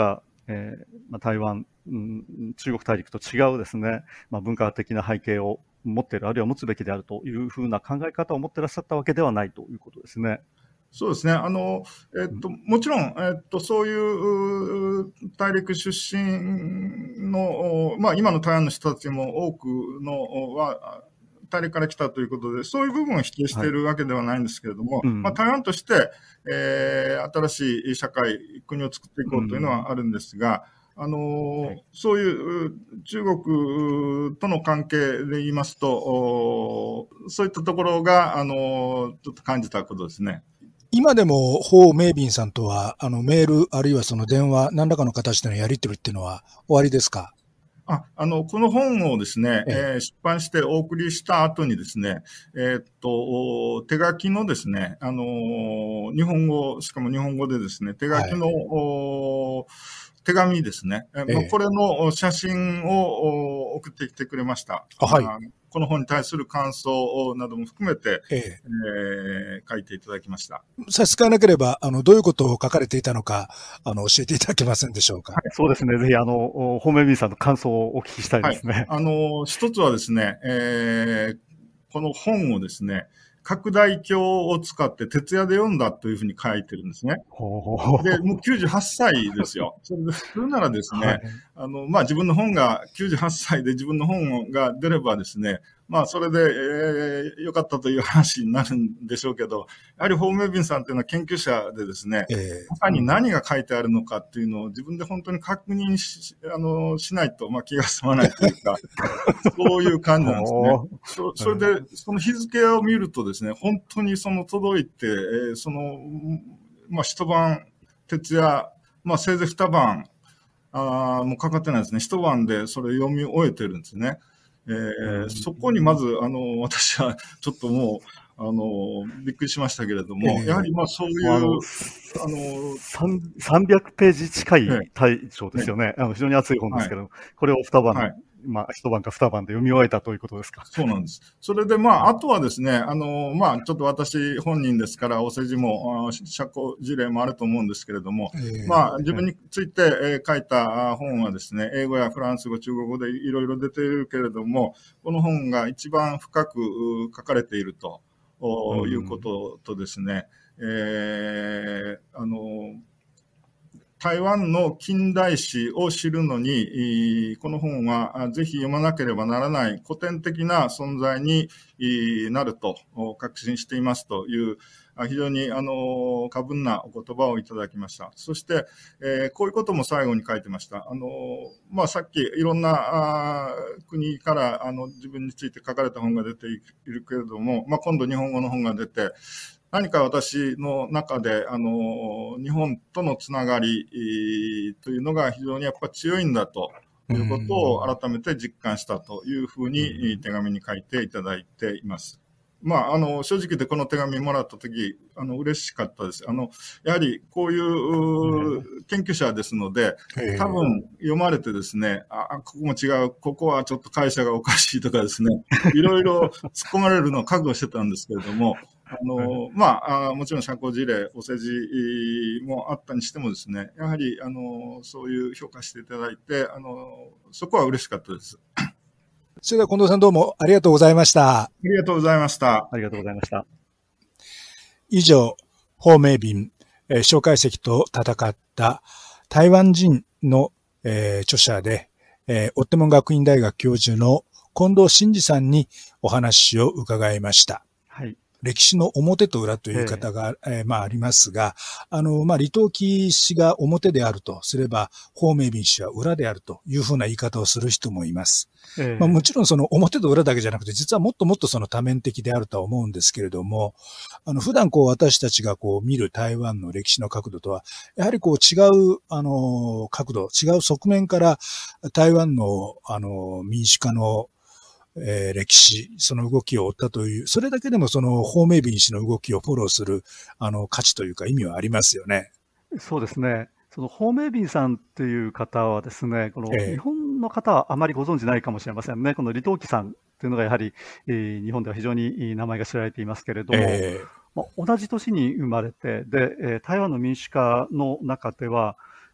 えーまあ、台湾、うん、中国大陸と違うですね、まあ、文化的な背景を持っている、あるいは持つべきであるというふうな考え方を持っていらっしゃったわけではないということですね。 そうですね。あの、えっと、もちろん、えっと、そういう大陸出身の、まあ、今の台湾の人たちも多くのは、大陸から来たということで、そういう部分を否定しているわけではないんですけれども、はい、まあ、台湾として、えー、新しい社会、国を作っていこうというのはあるんですが、うん、あの、はい、そういう中国との関係で言いますと、そういったところが、あの、ちょっと感じたことですね。 今でも、ホウ・メイビンさんとは、あの、メール、あるいはその電話、何らかの形でのやり取りっていうのは終わりですか？ あ、あの、この本をですね、えええー、出版してお送りした後にですね、えー、っと、手書きのですね、あの、日本語、しかも日本語でですね、手書きの、はい、手紙ですね、えー、これの写真を送ってきてくれました。 あ、はい。 この本に対する感想なども含めて、えええー、書いていただきました。 差し支えなければ、あの、どういうことを書かれていたのか、あの、教えていただけませんでしょうか。はい、 そうですね。ぜひ、あの、ホウ・メイビンさんの感想をお聞きしたいですね。はい、 あの、一つはですね、えー、この本をですね、拡大鏡を使って徹夜で読んだというふうに書いてるんですね。で、もうきゅうじゅうはっさいですよ。それで普通ならですね、はい、あの、まあ、自分の本が、きゅうじゅうはっさいで自分の本が出ればですね、まあ、それで、えー、よかったという話になるんでしょうけど、やはりホウ・メイビンさんというのは研究者でですね、えー、中に何が書いてあるのかっていうのを自分で本当に確認し、あの、しないと、まあ、気が済まないというか、そういう感じなんですね。そ, それで、その日付を見るとですね、本当にその届いて、えー、その、まあ、一晩、徹夜、まあ、せいぜい二晩、あもうかかってないですね。一晩でそれ読み終えてるんですね。えー、そこにまず、あの、私はちょっともう、あの、びっくりしましたけれども、えー、やはりまあそういう、あの、 あのさんびゃくページ近い大長ですよね。えー、あの非常に厚い本ですけど、はい、これを二晩、はい、まあ一晩か二晩で読み終えたということですか。 そうなんです。それでまあ、あとはですね、あの、まあちょっと私本人ですから、お世辞も、社交辞令もあると思うんですけれども、えー、まあ自分について書いた本はですね、英語やフランス語、中国語でいろいろ出ているけれども、この本が一番深く書かれているということとですね、えー、あの、台湾の近代史を知るのに、この本はぜひ読まなければならない古典的な存在になると確信していますという非常にあの過分なお言葉をいただきました。そして、えー、こういうことも最後に書いてました。あの、まあ、さっきいろんな国からあの自分について書かれた本が出ているけれども、まあ、今度日本語の本が出て、何か私の中で、あの、日本とのつながりというのが非常にやっぱ強いんだということを改めて実感したというふうに手紙に書いていただいています。まあ、あの、正直でこの手紙もらったとき、あの、嬉しかったです。あの、やはりこういう研究者ですので、多分読まれてですね、あ、ここも違う、ここはちょっと会社がおかしいとかですね、いろいろ突っ込まれるのを覚悟してたんですけれども、あの、まあ、もちろん社交辞令、お世辞もあったにしてもですね、やはり、あの、そういう評価していただいて、あの、そこは嬉しかったです。 それでは近藤さんどうもありがとうございました。 ありがとうございました。 ありがとうございました。 以上、ホウ・メイビン、えー、蒋介石と戦った台湾人の、えー、著者で、えー、オッテモン学院大学教授の近藤真嗣さんにお話を伺いました。 はい。 歴史の表と裏という方が、えーえー、まあありますが、あの、まあ、李登輝氏が表であるとすれば、ホウ・メイビン氏は裏であるというふうな言い方をする人もいます。えーまあ、もちろんその表と裏だけじゃなくて、実はもっともっとその多面的であるとは思うんですけれども、あの、普段こう私たちがこう見る台湾の歴史の角度とは、やはりこう違う、あの、角度、違う側面から台湾の、あの、民主化のえー、歴史、その動きを追ったという、それだけでもそのホウ・メイビン氏の動きをフォローするあの価値というか意味はありますよね。 そうですね。そのホウ・メイビンさんという方はですね、この日本の方はあまりご存知ないかもしれませんね。この李登輝さんというのがやはり、えー、日本では非常に名前が知られていますけれども、えーまあ、同じ年に生まれて、で、えー、台湾の民主化の中では、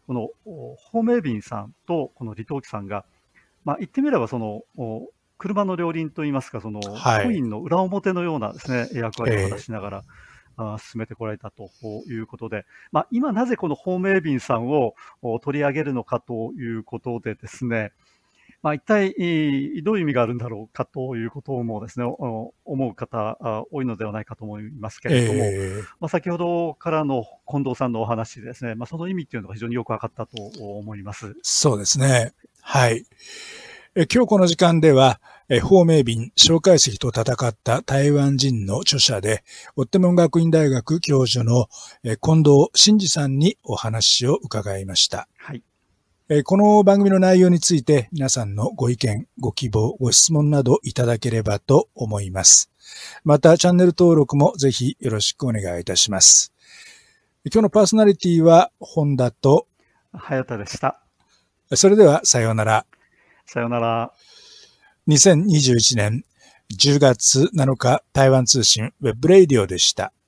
このホーメイビンさんとこの李登輝さんが、まあ、言ってみればその車の両輪といいますか、そのコインの裏表のようなですね、役割を果たしながら、えー、進めてこられたということで、まあ、今なぜこのホーメイビンさんを取り上げるのかということでですね、まあ、一体どういう意味があるんだろうかということもですね、思う方多いのではないかと思いますけれども、えーまあ、先ほどからの近藤さんのお話でですね、まあ、その意味というのが非常によく分かったと思います。 そうですね。はい。え今日この時間では、えホーメイビン、蒋介石と戦った台湾人の著者で、オッテモン学院大学教授のえ近藤真嗣さんにお話を伺いました。 はい。 えこの番組の内容について皆さんのご意見、ご希望、ご質問などいただければと思います。またチャンネル登録もぜひよろしくお願いいたします。今日のパーソナリティは本田と早田でした。 それではさようなら。 さようなら。 にせんにじゅういちねんじゅうがつなのか台湾通信ウェブレイディオでした。